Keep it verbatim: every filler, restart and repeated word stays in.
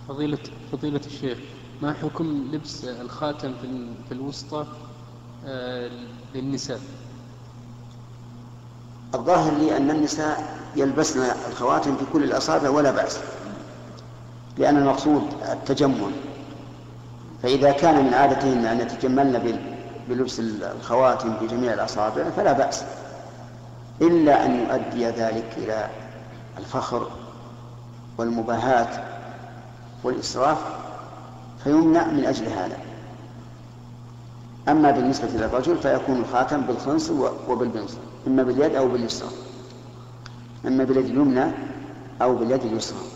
فضيلة فضيلة الشيخ، ما حكم لبس الخاتم في الوسطى للنساء؟ الظاهر لي أن النساء يلبسن الخواتم في كل الأصابع ولا بأس، لأن المقصود التجمل، فإذا كان من عادتهن أن يتجملن بلبس الخواتم في جميع الأصابع فلا بأس، إلا أن يؤدي ذلك إلى الفخر والمباهاة والإسراف فيمنع من أجل هذا. أما بالنسبة للرجل فيكون الخاتم بالخنصر وبالبنصر، إما باليد أو باليسرى، إما باليد اليمنى أو باليد اليسرى.